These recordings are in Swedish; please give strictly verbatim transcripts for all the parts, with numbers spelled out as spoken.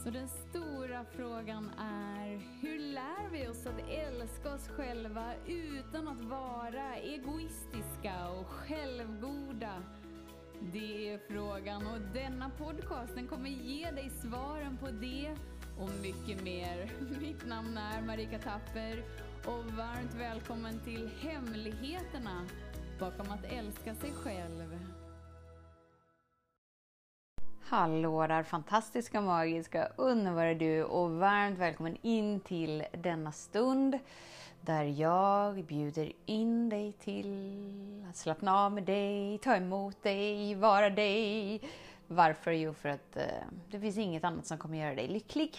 Så den stora frågan är, hur lär vi oss att älska oss själva utan att vara egoistiska och självgoda? Det är frågan, och denna podcasten kommer ge dig svaren på det och mycket mer. Mitt namn är Marika Tapper och varmt välkommen till Hemligheterna bakom att älska sig själv. Hallå där, fantastiska, magiska, underbara du, och varmt välkommen in till denna stund där jag bjuder in dig till att slappna av med dig, ta emot dig, vara dig. Varför? Jo, för att eh, det finns inget annat som kommer göra dig lycklig.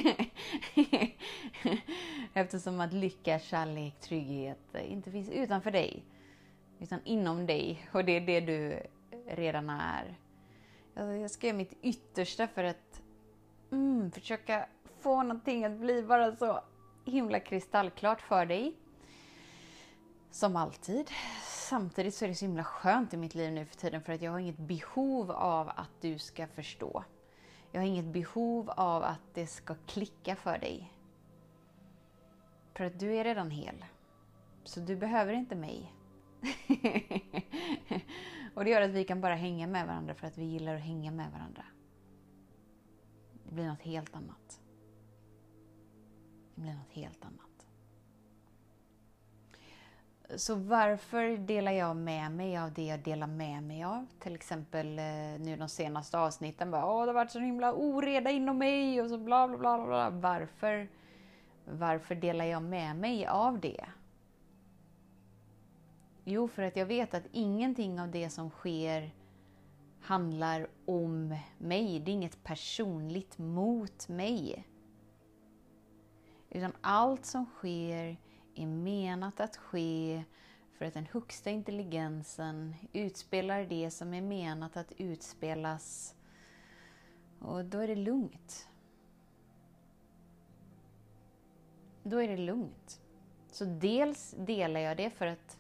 Eftersom att lycka, kärlek, trygghet inte finns utanför dig, utan inom dig, och det är det du redan är. Jag ska göra mitt yttersta för att mm, försöka få någonting att bli bara så himla kristallklart för dig. Som alltid. Samtidigt så är det så himla skönt i mitt liv nu för tiden, för att jag har inget behov av att du ska förstå. Jag har inget behov av att det ska klicka för dig. För att du är redan hel. Så du behöver inte mig. Och det gör att vi kan bara hänga med varandra för att vi gillar att hänga med varandra. Det blir något helt annat. Det blir något helt annat. Så varför delar jag med mig av det jag delar med mig av? Till exempel nu de senaste avsnitten. Bara, Åh, det har varit så himla oreda inom mig och så bla bla bla bla. Varför, varför delar jag med mig av det? Jo, för att jag vet att ingenting av det som sker handlar om mig. Det är inget personligt mot mig. Utan allt som sker är menat att ske för att den högsta intelligensen utspelar det som är menat att utspelas. Och då är det lugnt. Då är det lugnt. Så dels delar jag det för att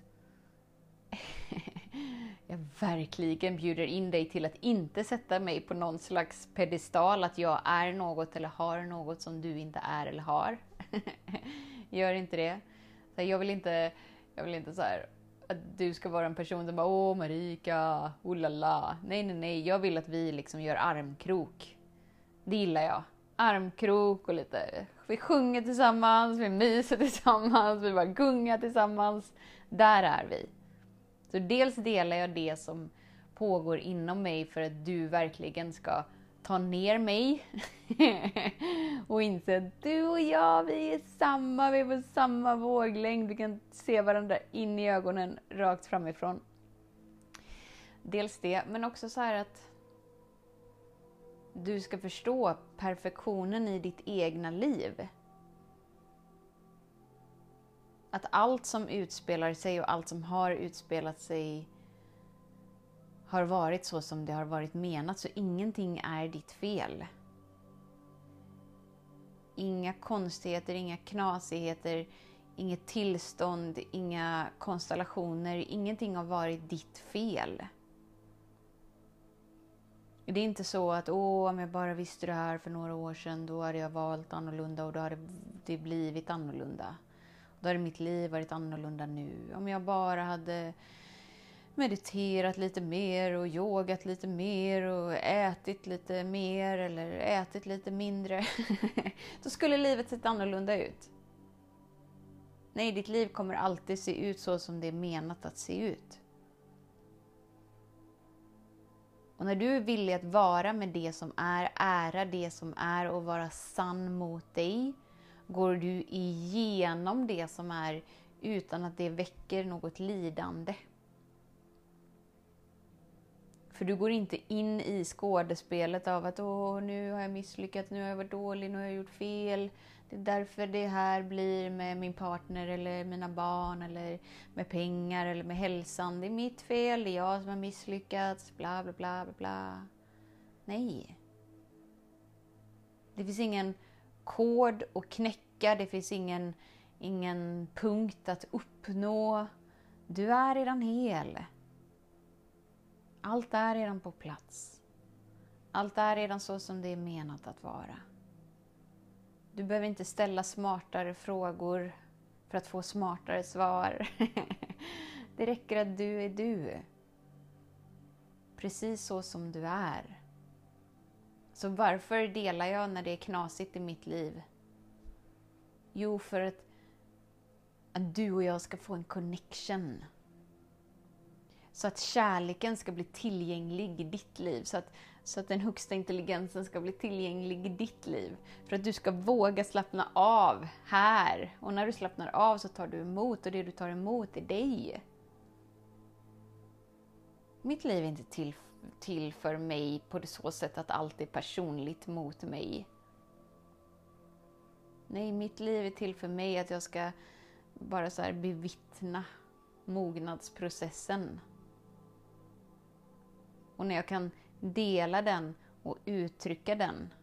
jag verkligen bjuder in dig till att inte sätta mig på någon slags pedestal, att jag är något eller har något som du inte är eller har. Gör inte det. Så jag vill inte, jag vill inte så här att du ska vara en person som bara, åh Marika, oh la la. Nej, nej, nej. Jag vill att vi liksom gör armkrok. Det gillar jag. Armkrok och lite, vi sjunger tillsammans, vi myser tillsammans, vi bara gungar tillsammans. Där är vi. Så dels delar jag det som pågår inom mig för att du verkligen ska ta ner mig. Och inse att du och jag, vi är samma, vi är på samma våglängd. Vi kan se varandra in i ögonen rakt framifrån. Dels det, men också så här att du ska förstå perfektionen i ditt egna liv. Att allt som utspelar sig och allt som har utspelat sig har varit så som det har varit menat. Så ingenting är ditt fel. Inga konstigheter, inga knasigheter, inget tillstånd, inga konstellationer. Ingenting har varit ditt fel. Det är inte så att åh, om jag bara visste det här för några år sedan, då hade jag valt annorlunda och då hade det blivit annorlunda. Då hade mitt liv varit annorlunda nu. Om jag bara hade mediterat lite mer och yogat lite mer och ätit lite mer eller ätit lite mindre. Då skulle livet sett annorlunda ut. Nej, ditt liv kommer alltid se ut så som det är menat att se ut. Och när du är villig att vara med det som är, ära det som är och vara sann mot dig, går du igenom det som är utan att det väcker något lidande. För du går inte in i skådespelet av att åh, nu har jag misslyckats, nu har jag varit dålig, nu har jag gjort fel. Det är därför det här blir med min partner eller mina barn eller med pengar eller med hälsan. Det är mitt fel, det är jag som har misslyckats, bla bla bla bla bla. Nej. Det finns ingen kod att knäcka, det finns ingen, ingen punkt att uppnå. Du är redan hel. Allt är redan på plats. Allt är redan så som det är menat att vara. Du behöver inte ställa smartare frågor för att få smartare svar. Det räcker att du är du. Precis så som du är. Så varför delar jag när det är knasigt i mitt liv? Jo, för att, att du och jag ska få en connection. Så att kärleken ska bli tillgänglig i ditt liv. Så att, så att den högsta intelligensen ska bli tillgänglig i ditt liv. För att du ska våga slappna av här. Och när du slappnar av så tar du emot. Och det du tar emot är dig. Mitt liv är inte till, till för mig på det så sätt att allt är personligt mot mig. Nej, mitt liv är till för mig att jag ska bara så här bevittna mognadsprocessen. Och när jag kan dela den och uttrycka den,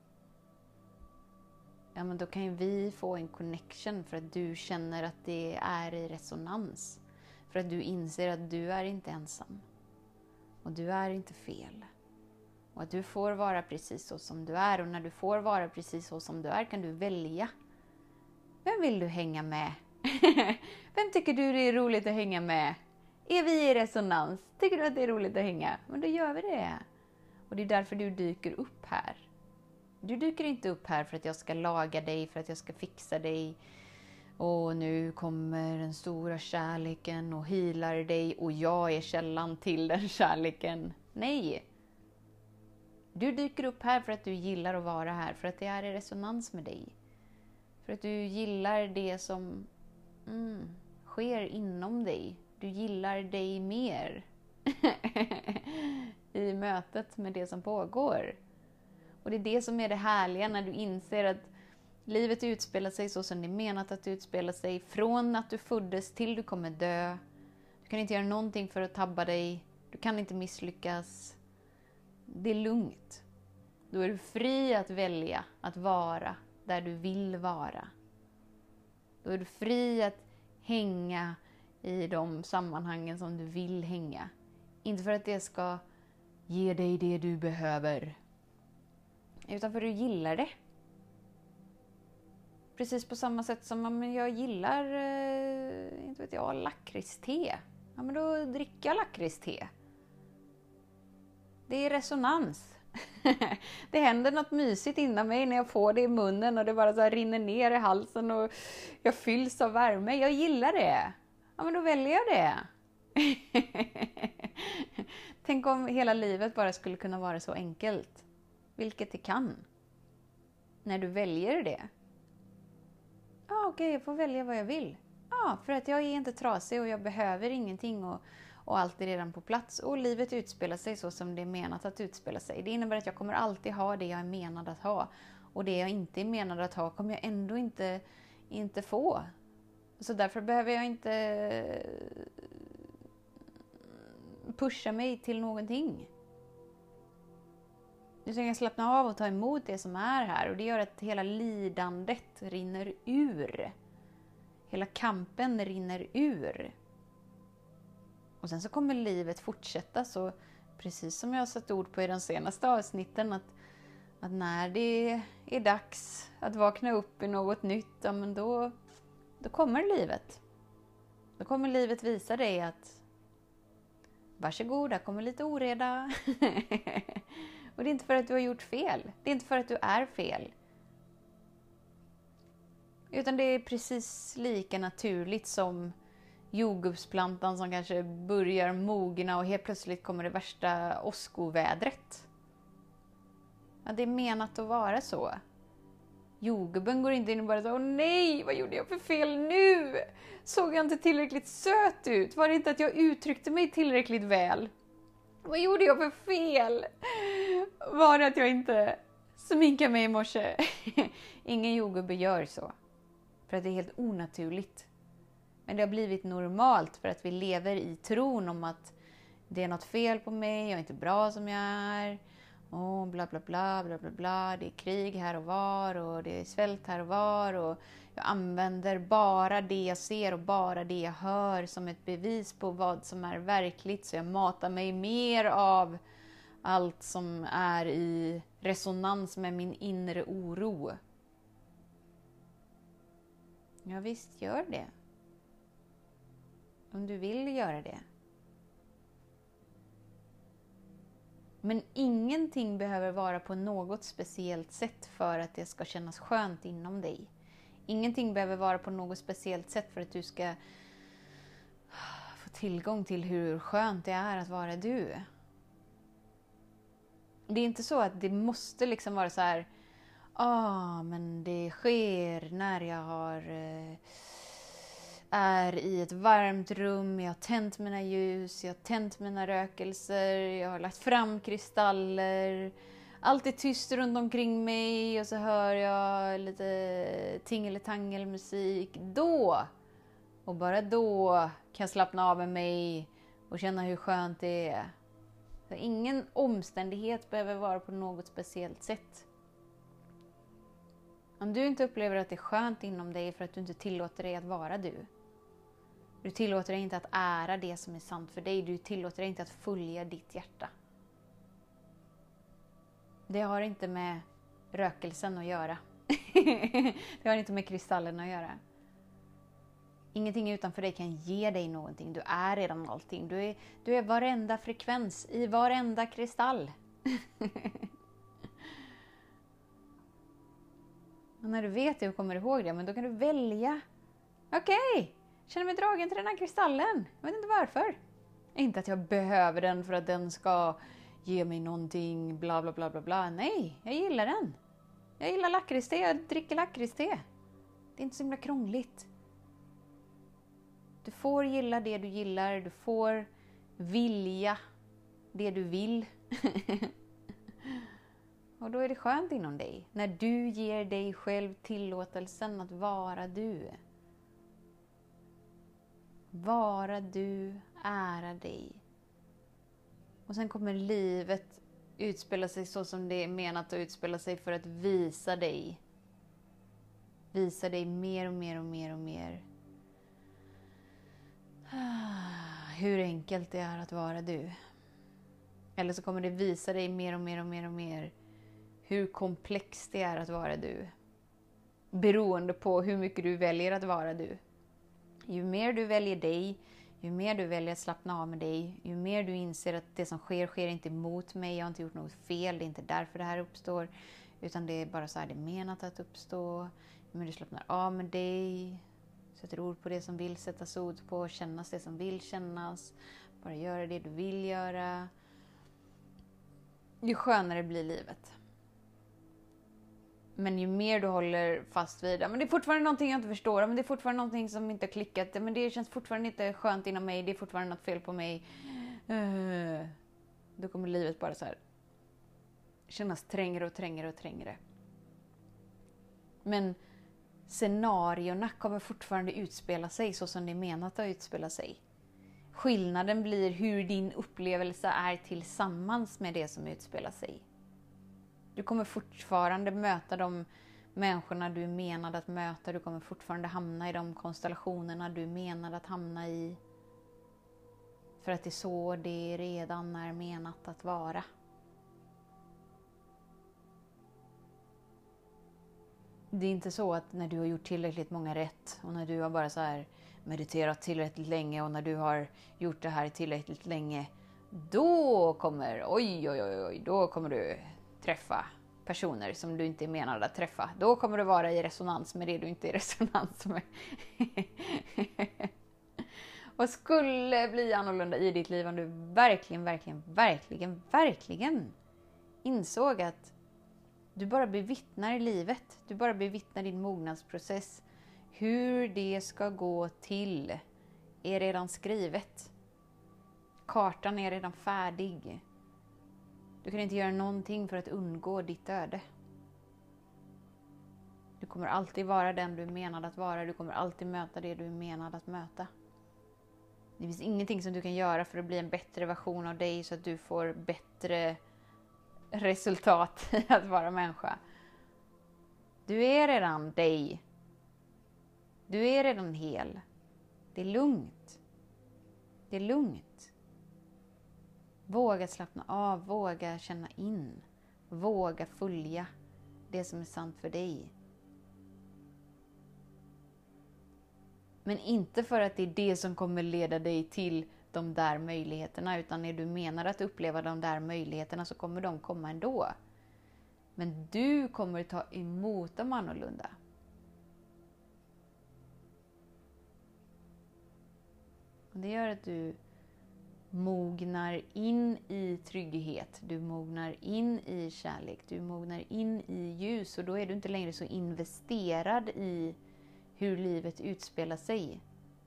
ja, men då kan ju vi få en connection för att du känner att det är i resonans. För att du inser att du är inte ensam. Och du är inte fel. Och att du får vara precis så som du är. Och när du får vara precis så som du är kan du välja. Vem vill du hänga med? Vem tycker du det är roligt att hänga med? Är vi i resonans? Tycker du att det är roligt att hänga? Men då gör vi det. Och det är därför du dyker upp här. Du dyker inte upp här för att jag ska laga dig, för att jag ska fixa dig. Och nu kommer den stora kärleken och healar dig och jag är källan till den kärleken. Nej! Du dyker upp här för att du gillar att vara här, för att det är i resonans med dig. För att du gillar det som mm, sker inom dig. Du gillar dig mer i mötet med det som pågår. Och det är det som är det härliga när du inser att livet utspelar sig så som det är menat att utspela sig. Från att du föddes till du kommer dö. Du kan inte göra någonting för att tabba dig. Du kan inte misslyckas. Det är lugnt. Då är du fri att välja att vara där du vill vara. Då är du fri att hänga i de sammanhangen som du vill hänga. Inte för att det ska ge dig det du behöver. Utan för att du gillar det. Precis på samma sätt som men jag gillar eh, inte vet jag, lakritste. Ja, men då dricker jag lakritste. Det är resonans. Det händer något mysigt inom mig när jag får det i munnen och det bara så här rinner ner i halsen och jag fylls av värme. Jag gillar det. Ja, men då väljer jag det. Tänk om hela livet bara skulle kunna vara så enkelt. Vilket det kan. När du väljer det. Ja, ah, okej, okay, jag får välja vad jag vill. Ja, ah, för att jag är inte trasig och jag behöver ingenting och, och allt är redan på plats. Och livet utspelar sig så som det är menat att utspela sig. Det innebär att jag kommer alltid ha det jag är menad att ha. Och det jag inte är menad att ha kommer jag ändå inte, inte få. Så därför behöver jag inte pusha mig till någonting. Nu kan jag slappna av och ta emot det som är här. Och det gör att hela lidandet rinner ur. Hela kampen rinner ur. Och sen så kommer livet fortsätta. Så precis som jag har satt ord på i de senaste avsnitten. Att, att när det är dags att vakna upp i något nytt. Ja, men då, då kommer livet. Då kommer livet visa dig att varsågod, där kommer lite oreda. Och det är inte för att du har gjort fel. Det är inte för att du är fel. Utan det är precis lika naturligt som jordgubbsplantan som kanske börjar mogna och helt plötsligt kommer det värsta åskovädret. Ja, det är menat att vara så. Jordgubben går inte in och bara så, åh nej, vad gjorde jag för fel nu? Såg jag inte tillräckligt söt ut? Var det inte att jag uttryckte mig tillräckligt väl? Vad gjorde jag för fel? Var det att jag inte sminkade mig i morse? Ingen jordgubbe gör så. För att det är helt onaturligt. Men det har blivit normalt för att vi lever i tron om att det är något fel på mig, jag är inte bra som jag är. Oh, bla bla bla bla bla bla. Det är krig här och var och det är svält här och var. Och jag använder bara det jag ser och bara det jag hör som ett bevis på vad som är verkligt. Så jag matar mig mer av allt som är i resonans med min inre oro. Ja visst, gör det. Om du vill göra det. Men ingenting behöver vara på något speciellt sätt för att det ska kännas skönt inom dig. Ingenting behöver vara på något speciellt sätt för att du ska få tillgång till hur skönt det är att vara du. Det är inte så att det måste liksom vara så här, ah, men det sker när jag har, eh, är i ett varmt rum, jag har tänt mina ljus, jag har tänt mina rökelser, jag har lagt fram kristaller. Allt är tyst runt omkring mig och så hör jag lite tingeletangel-musik. Då, och bara då, kan jag slappna av med mig och känna hur skönt det är. Så ingen omständighet behöver vara på något speciellt sätt. Om du inte upplever att det är skönt inom dig för att du inte tillåter dig att vara du. Du tillåter dig inte att ära det som är sant för dig. Du tillåter dig inte att följa ditt hjärta. Det har inte med rökelsen att göra. Det har inte med kristallen att göra. Ingenting utanför dig kan ge dig någonting. Du är redan allting. Du är, du är varenda frekvens i varenda kristall. Och när du vet det och kommer ihåg det, men då kan du välja. Okej, okay, känner mig dragen till den här kristallen. Jag vet inte varför. Inte att jag behöver den för att den ska ge mig någonting, bla bla bla bla bla. Nej, jag gillar den. Jag gillar lakritste, jag dricker lakritste. Det är inte så himla krångligt. Du får gilla det du gillar, du får vilja det du vill. Och då är det skönt inom dig. När du ger dig själv tillåtelsen att vara du. Vara du, ära dig. Och sen kommer livet utspela sig så som det är menat att utspela sig för att visa dig. Visa dig mer och mer och mer och mer. Hur enkelt det är att vara du. Eller så kommer det visa dig mer och mer och mer och mer hur komplext det är att vara du. Beroende på hur mycket du väljer att vara du. Ju mer du väljer dig, ju mer du väljer att slappna av med dig, ju mer du inser att det som sker, sker inte emot mig, jag har inte gjort något fel, det är inte därför det här uppstår, utan det är bara så här det är menat att uppstå. Ju mer du slappnar av med dig, sätter ord på det som vill sättas ord på, kännas det som vill kännas, bara göra det du vill göra. Ju skönare blir livet. Men ju mer du håller fast vid det, men det är fortfarande någonting jag inte förstår, men det är fortfarande någonting som inte har klickat, men det känns fortfarande inte skönt inom mig, det är fortfarande något fel på mig. Uh, då kommer livet bara så här kännas trängre och trängre och trängre. Men scenarierna kommer fortfarande utspela sig så som det är menat att utspela sig. Skillnaden blir hur din upplevelse är tillsammans med det som utspelar sig. Du kommer fortfarande möta de människorna du är menad att möta. Du kommer fortfarande hamna i de konstellationerna du är menad att hamna i. För att det är så det redan är menat att vara. Det är inte så att när du har gjort tillräckligt många rätt och när du har bara så här mediterat tillräckligt länge och när du har gjort det här tillräckligt länge, då kommer, oj oj oj, oj då kommer du träffa personer som du inte är menad att träffa. Då kommer du vara i resonans med det du inte är i resonans med. Vad skulle bli annorlunda i ditt liv om du verkligen, verkligen, verkligen, verkligen insåg att du bara bevittnar livet. Du bara bevittnar din mognadsprocess. Hur det ska gå till är redan skrivet. Kartan är redan färdig. Du kan inte göra någonting för att undgå ditt öde. Du kommer alltid vara den du är menad att vara. Du kommer alltid möta det du är menad att möta. Det finns ingenting som du kan göra för att bli en bättre version av dig så att du får bättre resultat i att vara människa. Du är redan dig. Du är redan hel. Det är lugnt. Det är lugnt. Våga slappna av, våga känna in. Våga följa det som är sant för dig. Men inte för att det är det som kommer leda dig till de där möjligheterna, utan när du menar att uppleva de där möjligheterna så kommer de komma ändå. Men du kommer ta emot dem annorlunda. Och det gör att du mognar in i trygghet, du mognar in i kärlek, du mognar in i ljus, och då är du inte längre så investerad i hur livet utspelar sig.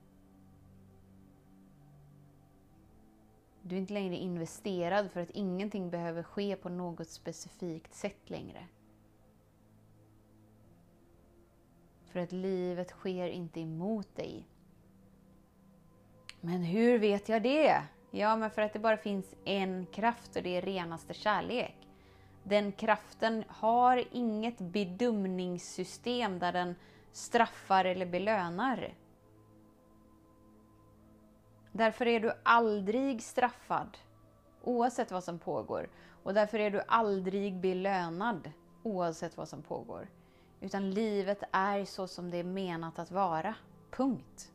Du är inte längre investerad för att ingenting behöver ske på något specifikt sätt längre. För att livet sker inte emot dig. Men hur vet jag det? Ja, men för att det bara finns en kraft, och det är renaste kärlek. Den kraften har inget bedömningssystem där den straffar eller belönar. Därför är du aldrig straffad, oavsett vad som pågår. Och därför är du aldrig belönad, oavsett vad som pågår. Utan livet är så som det är menat att vara. Punkt.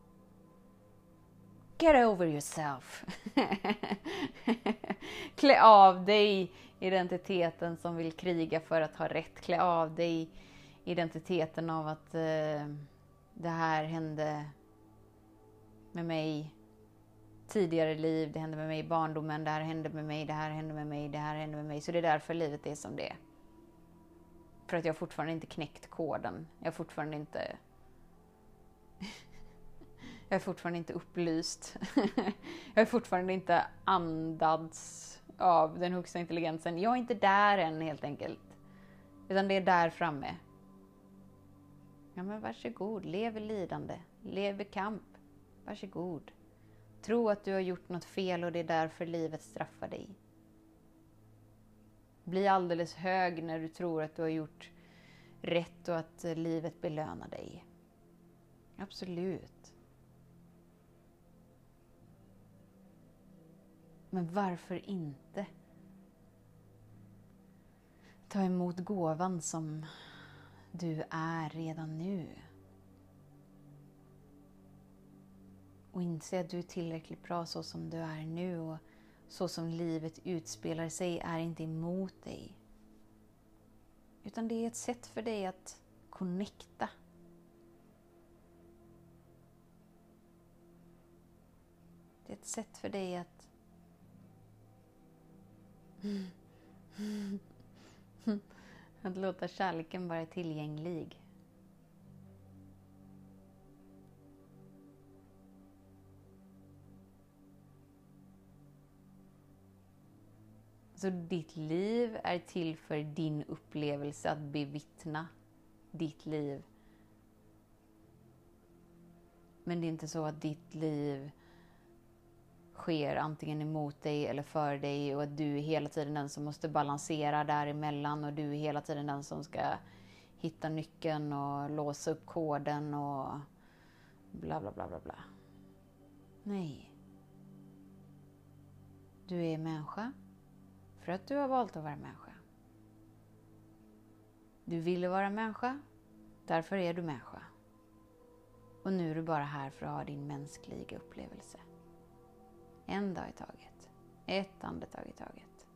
Get over yourself. Klä av dig identiteten som vill kriga för att ha rätt. Klä av dig identiteten av att eh, det här hände med mig tidigare liv, det hände med mig i barndomen, det här hände med mig, det här hände med mig, det här hände med mig. Så det är därför livet är som det är. För att jag fortfarande inte knäckt koden. Jag är fortfarande inte jag är fortfarande inte upplyst. Jag är fortfarande inte andats av den högsta intelligensen. Jag är inte där än, helt enkelt. Utan det är där framme. Ja, men varsågod, lev i lidande, lev i kamp. Varsågod. Tro att du har gjort något fel och det är därför livet straffar dig. Bli alldeles hög när du tror att du har gjort rätt och att livet belönar dig. Absolut. Men varför inte ta emot gåvan som du är redan nu? Och inse att du är tillräckligt bra så som du är nu, och så som livet utspelar sig är inte emot dig. Utan det är ett sätt för dig att connecta. Det är ett sätt för dig att att låta kärleken vara tillgänglig. Så ditt liv är till för din upplevelse att bevittna ditt liv. Men det är inte så att ditt liv sker antingen emot dig eller för dig, och att du är hela tiden den som måste balansera däremellan, och du är hela tiden den som ska hitta nyckeln och låsa upp koden och bla bla bla bla bla. Nej. Du är människa för att du har valt att vara människa. Du ville vara människa, därför är du människa. Och nu är du bara här för att ha din mänskliga upplevelse. En dag i taget. Ett andetag i taget.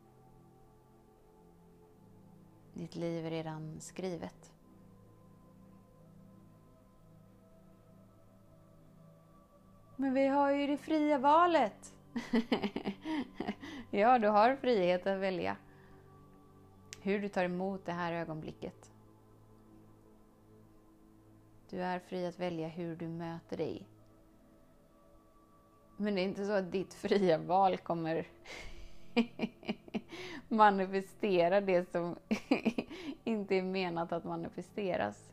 Ditt liv är redan skrivet. Men vi har ju det fria valet. Ja, du har frihet att välja hur du tar emot det här ögonblicket. Du är fri att välja hur du möter dig. Men det är inte så att ditt fria val kommer manifestera det som inte är menat att manifesteras.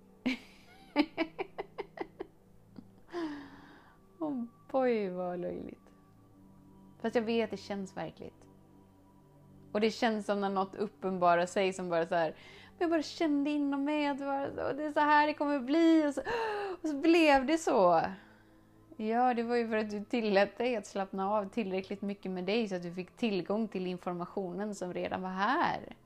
Åh, boy, vad löjligt. Fast jag vet att det känns verkligt. Och det känns som när något uppenbarar sig som bara så här. Men jag bara kände inom mig att det, var så, det är så här det kommer bli. Och så, och så blev det så. Ja, det var ju för att du tillät dig att slappna av tillräckligt mycket med dig så att du fick tillgång till informationen som redan var här.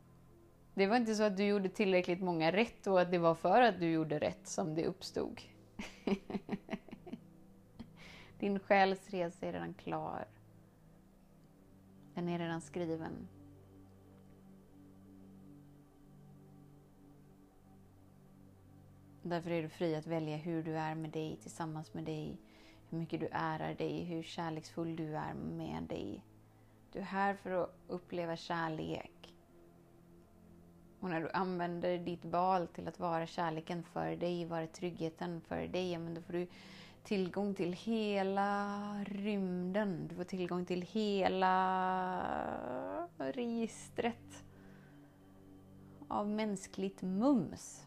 Det var inte så att du gjorde tillräckligt många rätt och att det var för att du gjorde rätt som det uppstod. Din själs resa är redan klar. Den är redan skriven. Därför är du fri att välja hur du är med dig, tillsammans med dig. Hur mycket du ärar dig, hur kärleksfull du är med dig. Du är här för att uppleva kärlek. Och när du använder ditt val till att vara kärleken för dig, vara tryggheten för dig, ja, men då får du tillgång till hela rymden. Du får tillgång till hela registret av mänskligt mums.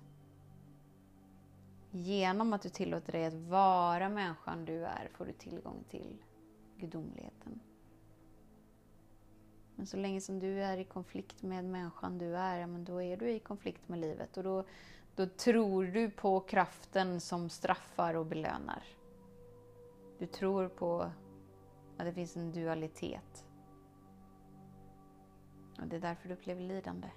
Genom att du tillåter dig att vara människan du är får du tillgång till gudomligheten. Men så länge som du är i konflikt med människan du är, ja, men då är du i konflikt med livet. Och då, då tror du på kraften som straffar och belönar. Du tror på att det finns en dualitet. Och det är därför du upplever lidande.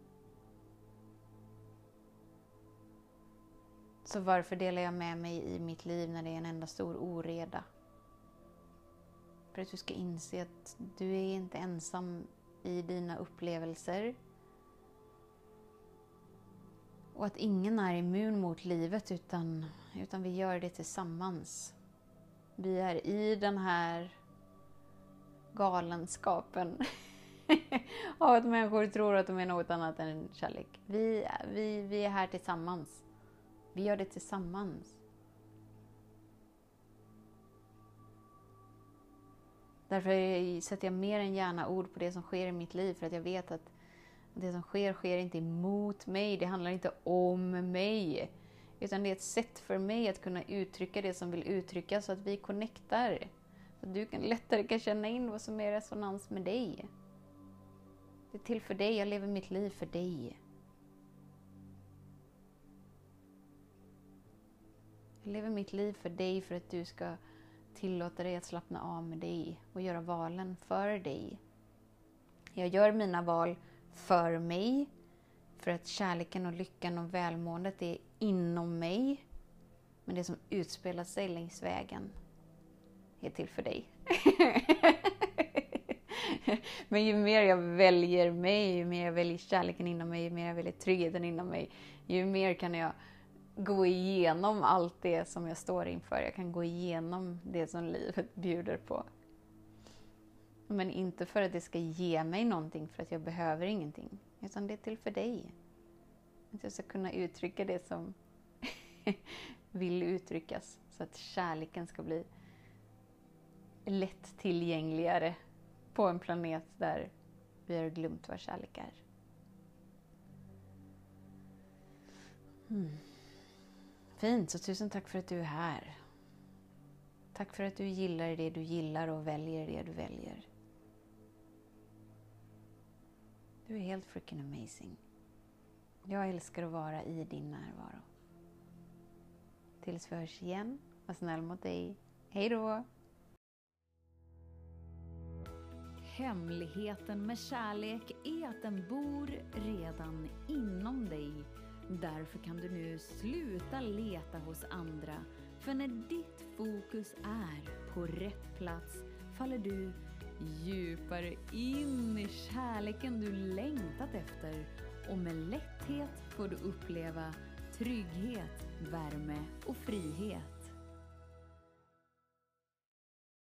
Så varför delar jag med mig i mitt liv när det är en enda stor oreda? För att du ska inse att du är inte ensam i dina upplevelser. Och att ingen är immun mot livet, utan, utan vi gör det tillsammans. Vi är i den här galenskapen av att människor tror att de är något annat än kärlek. Vi, vi, vi är här tillsammans. Vi gör det tillsammans. Därför sätter jag mer än gärna ord på det som sker i mitt liv. För att jag vet att det som sker, sker inte emot mig. Det handlar inte om mig. Utan det är ett sätt för mig att kunna uttrycka det som vill uttryckas. Så att vi connectar. Så att du kan lättare kan känna in vad som är resonans med dig. Det är till för dig. Jag lever mitt liv för dig. Jag lever mitt liv för dig för att du ska tillåta dig att slappna av med dig och göra valen för dig. Jag gör mina val för mig, för att kärleken och lyckan och välmåendet är inom mig. Men det som utspelar sig längs vägen är till för dig. Men ju mer jag väljer mig, ju mer jag väljer kärleken inom mig, ju mer jag väljer tryggheten inom mig, ju mer kan jag gå igenom allt det som jag står inför. Jag kan gå igenom det som livet bjuder på. Men inte för att det ska ge mig någonting, för att jag behöver ingenting. Utan det är till för dig. Att jag ska kunna uttrycka det som vill uttryckas. Så att kärleken ska bli lätt tillgängligare på en planet där vi har glömt vad kärlek är. Mm. Fint, så tusen tack för att du är här. Tack för att du gillar det du gillar och väljer det du väljer. Du är helt freaking amazing. Jag älskar att vara i din närvaro. Tills vi hörs igen, var snäll mot dig. Hej då! Hemligheten med kärlek är att den bor redan inom dig. Därför kan du nu sluta leta hos andra. För när ditt fokus är på rätt plats faller du djupare in i kärleken du längtat efter. Och med lätthet får du uppleva trygghet, värme och frihet.